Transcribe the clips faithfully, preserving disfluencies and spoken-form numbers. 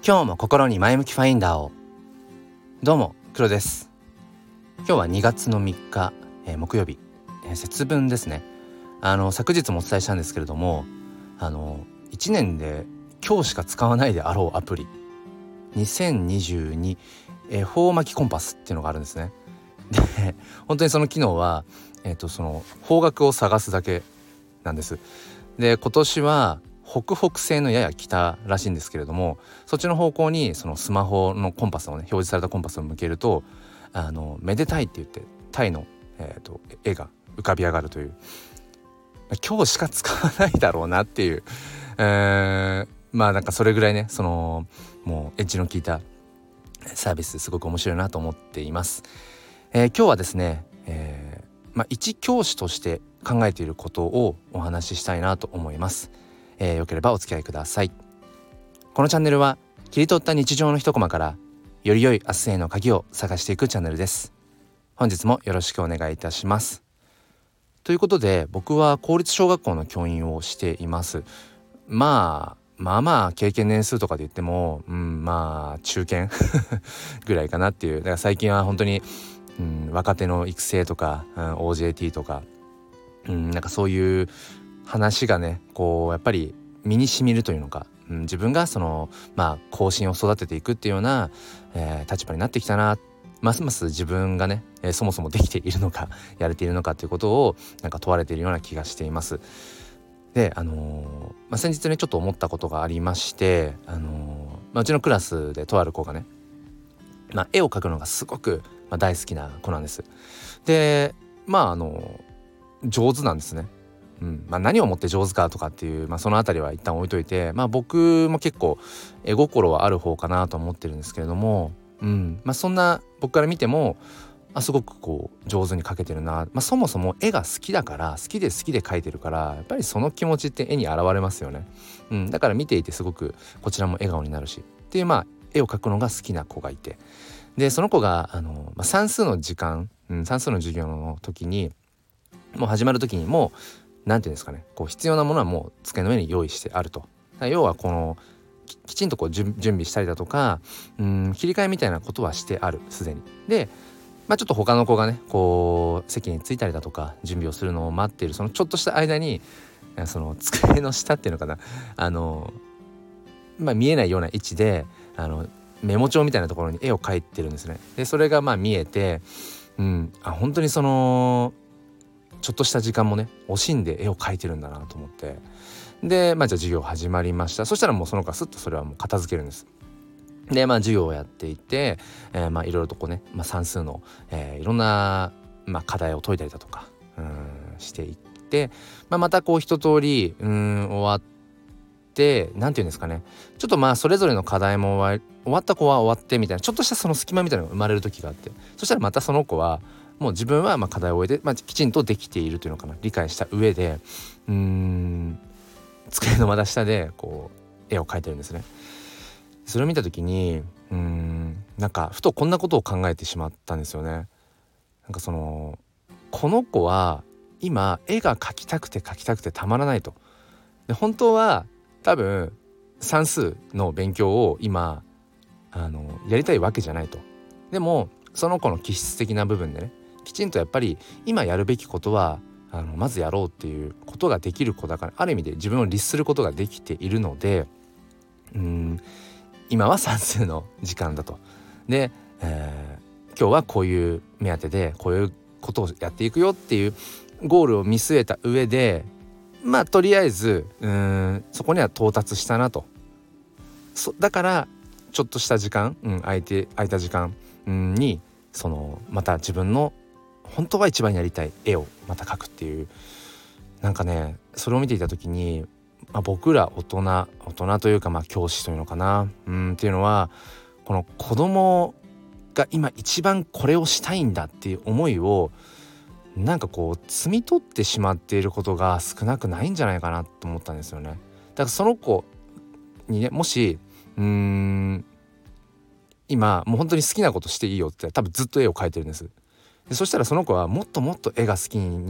今日も心に前向きファインダーを。どうも黒です。今日はにがつのみっか、えー、木曜日、えー、節分ですね。あの昨日もお伝えしたんですけれども、あのいちねんで今日しか使わないであろうアプリにせんにじゅうに恵方巻きコンパスっていうのがあるんですね。で本当にその機能は、えーと、その方角を探すだけなんです。で今年は北北西のやや北らしいんですけれども、そっちの方向にそのスマホのコンパスをね表示されたコンパスを向けると、あのめでたいって言ってタイの、えーと、絵が浮かび上がるという、今日しか使わないだろうなっていう、えー、まあなんかそれぐらいね、そのもうエッジの効いたサービスすごく面白いなと思っています。えー、今日はですね、えーまあ、一教師として考えていることをお話ししたいなと思います。えー、よければお付き合いください。このチャンネルは切り取った日常の一コマからより良い明日への鍵を探していくチャンネルです。本日もよろしくお願いいたします。ということで、僕は公立小学校の教員をしています。まあまあまあ経験年数とかで言っても、うん、まあ中堅ぐらいかなっていう。だから最近は本当に、うん、若手の育成とか、うん、オージェーティー とか、うん、なんかそういう話がね、こうやっぱり身に染みるというのか、うん、自分がそのまあ後進を育てていくっていうような、えー、立場になってきたな。ますます自分がね、えー、そもそもできているのかやれているのかということをなんか問われているような気がしています。で、あのーまあ、先日ねちょっと思ったことがありまして、あのーまあ、うちのクラスでとある子がね、まあ、絵を描くのがすごく、まあ、大好きな子なんです。でまああの上手なんですね。うんまあ、何をもって上手かとかっていう、まあ、そのあたりは一旦置いといて、まあ、僕も結構絵心はある方かなと思ってるんですけれども、うんまあ、そんな僕から見てもあすごくこう上手に描けてるな、まあ、そもそも絵が好きだから好きで好きで描いてるからやっぱりその気持ちって絵に現れますよね、うん、だから見ていてすごくこちらも笑顔になるしっていう、まあ絵を描くのが好きな子がいて、でその子があの、まあ、算数の時間、うん、算数の授業の時にもう始まる時にもうなんていうんですかね、こう必要なものはもう机の上に用意してあると。要はこのき, きちんとこう準備したりだとか、うん切り替えみたいなことはしてあるすでに。でまあちょっと他の子がねこう席に着いたりだとか準備をするのを待っているそのちょっとした間に、その机の下っていうのかな、あのまあ見えないような位置であのメモ帳みたいなところに絵を描いてるんですね。でそれがまあ見えて、うんあ本当にそのちょっとした時間もね惜しんで絵を描いてるんだなと思って、でまあじゃあ授業始まりました。そしたらもうその子はスッとそれはもう片付けるんです。でまあ授業をやっていて、えー、まあいろいろとこうね、まあ、算数の、えー、いろんな、まあ、課題を解いたりだとかうんしていって、まあ、またこう一通りうん終わってなんていうんですかね、ちょっとまあそれぞれの課題も終わ終わった子は終わってみたいなちょっとしたその隙間みたいなのが生まれる時があって、そしたらまたその子はもう自分はまあ課題を終えて、まあ、きちんとできているというのかな、理解した上でうーん机のまだ下でこう絵を描いてるんですね。それを見た時にうーんなんかふとこんなことを考えてしまったんですよね。なんかそのこの子は今絵が描きたくて描きたくてたまらないと。で本当は多分算数の勉強を今あのやりたいわけじゃないと。でもその子の気質的な部分でねきちんとやっぱり今やるべきことはあのまずやろうっていうことができる子だから、ある意味で自分を律することができているので、うーん今は算数の時間だと。で、えー、今日はこういう目当てでこういうことをやっていくよっていうゴールを見据えた上で、まあとりあえずうーんそこには到達したなと。そだからちょっとした時間、うん、空いて空いた時間、うん、にそのまた自分の本当は一番やりたい絵をまた描くっていう、なんかねそれを見ていた時に、まあ、僕ら大人大人というかまあ教師というのかな、うんっていうのはこの子供が今一番これをしたいんだっていう思いをなんかこう摘み取ってしまっていることが少なくないんじゃないかなと思ったんですよね。だからその子にねもしうーん今もう本当に好きなことしていいよって多分ずっと絵を描いてるんです。でそしたらその子はもっともっと絵が好きに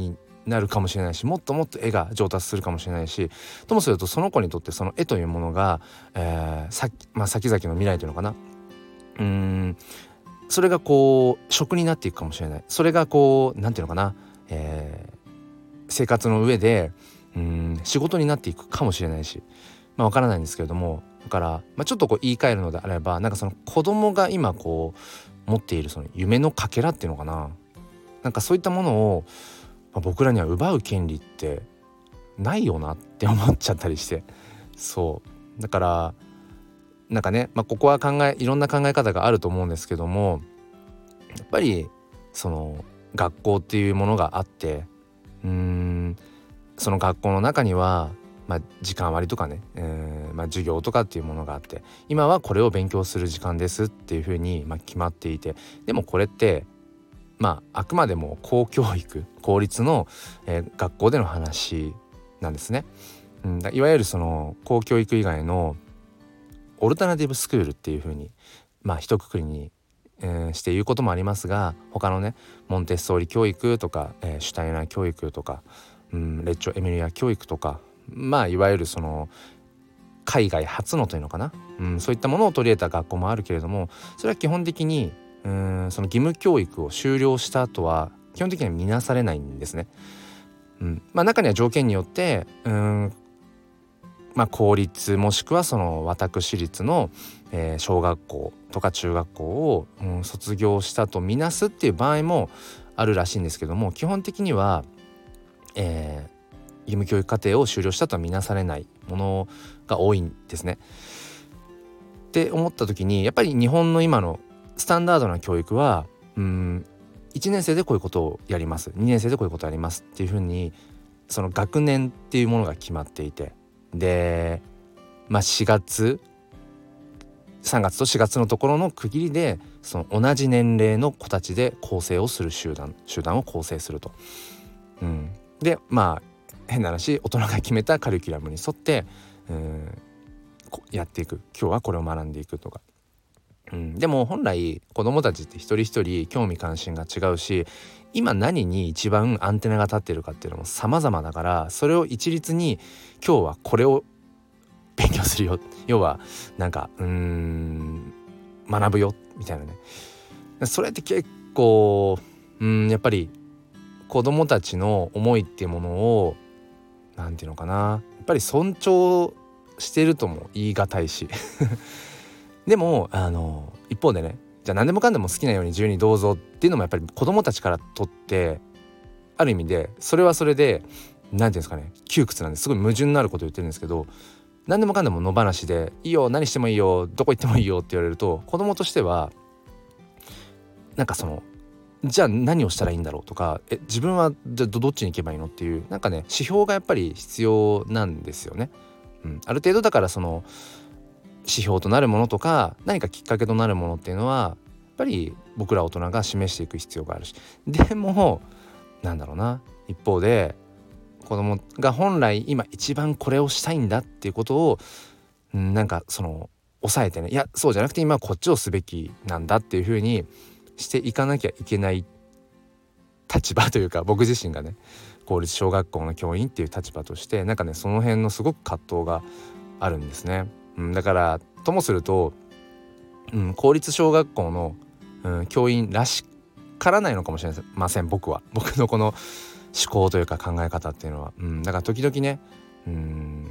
なるかもしれないし、もっともっと絵が上達するかもしれないし、ともするとその子にとってその絵というものが、えーさまあ、先々の未来というのかな、うーんそれがこう職になっていくかもしれない。それがこうなんていうのかな、えー生活の上でうーん仕事になっていくかもしれないし、まあ、わからないんですけれども、だから、まあ、ちょっとこう言い換えるのであれば、なんかその子供が今こう持っているその夢のかけらっていうのかな、なんかそういったものを、まあ、僕らには奪う権利ってないよなって思っちゃったりして、そうだからなんかね、まあ、ここは考えいろんな考え方があると思うんですけども、やっぱりその学校っていうものがあって、うーんその学校の中には、まあ、時間割とかね、えーまあ、授業とかっていうものがあって、今はこれを勉強する時間ですっていうふうに、まあ、決まっていて、でもこれってまああくまでも公教育公立の、えー学校での話なんですね。うん、だいわゆるその公教育以外のオルタナティブスクールっていうふうにまあ一括りに、えーして言うこともありますが、他のねモンテッソーリ教育とか、えーシュタイナー教育とか、うん、レッチョエミリア教育とか、まあいわゆるその海外初のというのかな、うん、そういったものを取り入れた学校もあるけれども、それは基本的にうんその義務教育を修了した後は基本的には見なされないんですね。うんまあ、中には条件によってうんまあ、公立もしくはその私立の、えー小学校とか中学校を、うん、卒業したとみなすっていう場合もあるらしいんですけども、基本的には、えー義務教育課程を修了したとはみなされないものが多いんですね。って思った時に、やっぱり日本の今のスタンダードな教育はうんいちねん生でこういうことをやります、にねん生でこういうことをやりますっていうふうにその学年っていうものが決まっていて、で、まあ、しがつさんがつとしがつのところの区切りでその同じ年齢の子たちで構成をする集団集団を構成すると、うん、でまあ変な話、大人が決めたカリキュラムに沿って、うん、やっていく、今日はこれを学んでいくとか、うん、でも本来子どもたちって一人一人興味関心が違うし、今何に一番アンテナが立ってるかっていうのも様々だから、それを一律に今日はこれを勉強するよ、要はなんかうーん学ぶよみたいなね、それって結構うんやっぱり子どもたちの思いっていうものをなんていうのかな、やっぱり尊重してるとも言い難いしでもあの一方でね、じゃあ何でもかんでも好きなように自由にどうぞっていうのもやっぱり子どもたちからとってある意味でそれはそれで何ていうんですかね、窮屈なんですごい矛盾のあることを言ってるんですけど、何でもかんでも野放しでいいよ、何してもいいよ、どこ行ってもいいよって言われると、子供としてはなんかそのじゃあ何をしたらいいんだろうとか、え自分はどどっちに行けばいいのっていうなんかね指標がやっぱり必要なんですよね。うん、ある程度だからその指標となるものとか何かきっかけとなるものっていうのはやっぱり僕ら大人が示していく必要があるし、でもなんだろうな、一方で子供が本来今一番これをしたいんだっていうことを、うん、なんかその抑えてね、いやそうじゃなくて今はこっちをすべきなんだっていう風にしていかなきゃいけない立場というか、僕自身がね公立小学校の教員っていう立場としてなんかねその辺のすごく葛藤があるんですね。うん、だからともすると、うん、公立小学校の、うん、教員らしからないのかもしれません。僕は僕のこの思考というか考え方っていうのは、うん、だから時々ね、うん、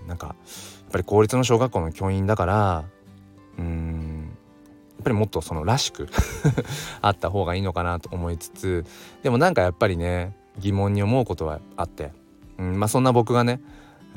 なんかやっぱり公立の小学校の教員だから、うん、やっぱりもっとそのらしくあった方がいいのかなと思いつつ、でもなんかやっぱりね疑問に思うことはあって、うん、まあそんな僕がね、うん、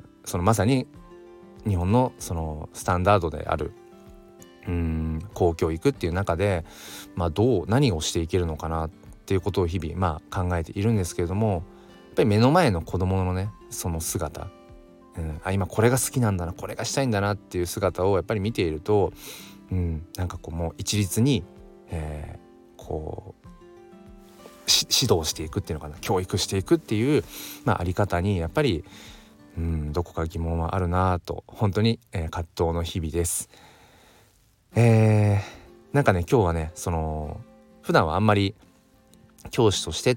そのまさに日本のそのスタンダードであるうん公教育っていう中で、まあ、どう何をしていけるのかなっていうことを日々まあ考えているんですけれども、やっぱり目の前の子供のねその姿、うん、あ今これが好きなんだな、これがしたいんだなっていう姿をやっぱり見ていると、うん、なんかこうもう一律に、えー、こう指導していくっていうのかな、教育していくっていう、まあ、あり方にやっぱりうん、どこか疑問はあるなと本当に、えー、葛藤の日々です。えー、なんかね今日はねその普段はあんまり教師としてっ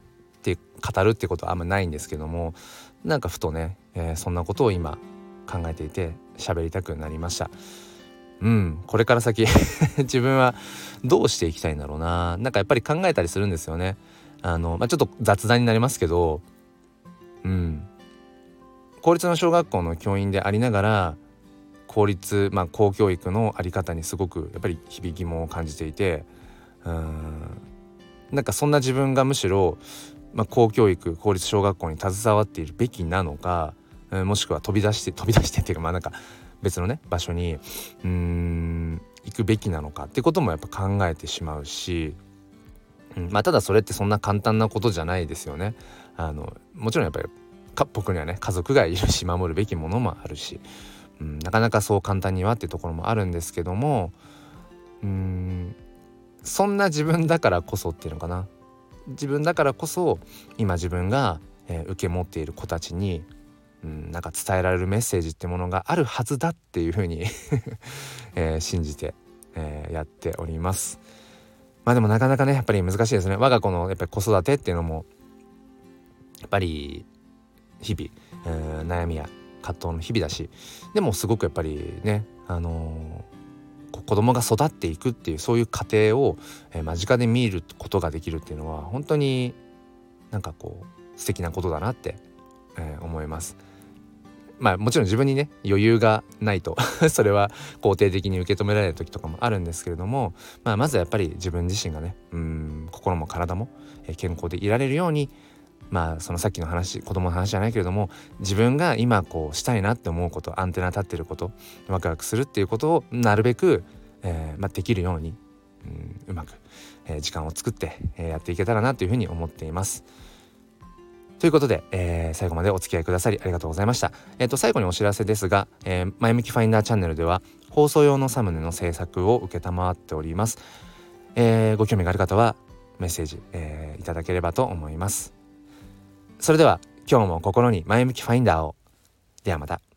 って語るってことはあんまないんですけども、なんかふとね、えー、そんなことを今考えていて喋りたくなりました。うん、これから先自分はどうしていきたいんだろうな。なんかやっぱり考えたりするんですよね。あの、まあ、ちょっと雑談になりますけど、うん、公立の小学校の教員でありながら公立、まあ、公教育のあり方にすごくやっぱり響きも感じていて、うーんなんかそんな自分がむしろ、まあ、公教育公立小学校に携わっているべきなのか、うん、もしくは飛び出して飛び出してっていうか、まあなんか別のね場所にうーん行くべきなのかってこともやっぱ考えてしまうし、うん、まあただそれってそんな簡単なことじゃないですよね。あのもちろんやっぱりか僕にはね家族がいるし守るべきものもあるし、うん、なかなかそう簡単にはっていうところもあるんですけども、うーんそんな自分だからこそっていうのかな、自分だからこそ今自分が、えー受け持っている子たちに、うん、なんか伝えられるメッセージってものがあるはずだっていうふうに、えー信じて、えーやっております。まあでもなかなかねやっぱり難しいですね。我が子のやっぱり子育てっていうのもやっぱり日々、えー悩みや葛藤の日々だし、でもすごくやっぱりね、あのーこ子供が育っていくっていうそういう過程を、えー間近で見ることができるっていうのは本当になんかこう素敵なことだなって、えー思います。まあもちろん自分にね余裕がないとそれは肯定的に受け止められる時とかもあるんですけれども、まあ、まずはやっぱり自分自身がねうーん心も体もえー健康でいられるように、まあそのさっきの話子供の話じゃないけれども、自分が今こうしたいなって思うこと、アンテナ立ってること、ワクワクするっていうことをなるべく、えーまあ、できるように、うん、うまく、えー時間を作って、えーやっていけたらなというふうに思っています。ということで、えー最後までお付き合いくださりありがとうございました。えっと最後にお知らせですが、えー前向きファインダーチャンネルでは放送用のサムネの制作を承っております。えーご興味がある方はメッセージ、えーいただければと思います。それでは今日も心に前向きファインダーを。ではまた。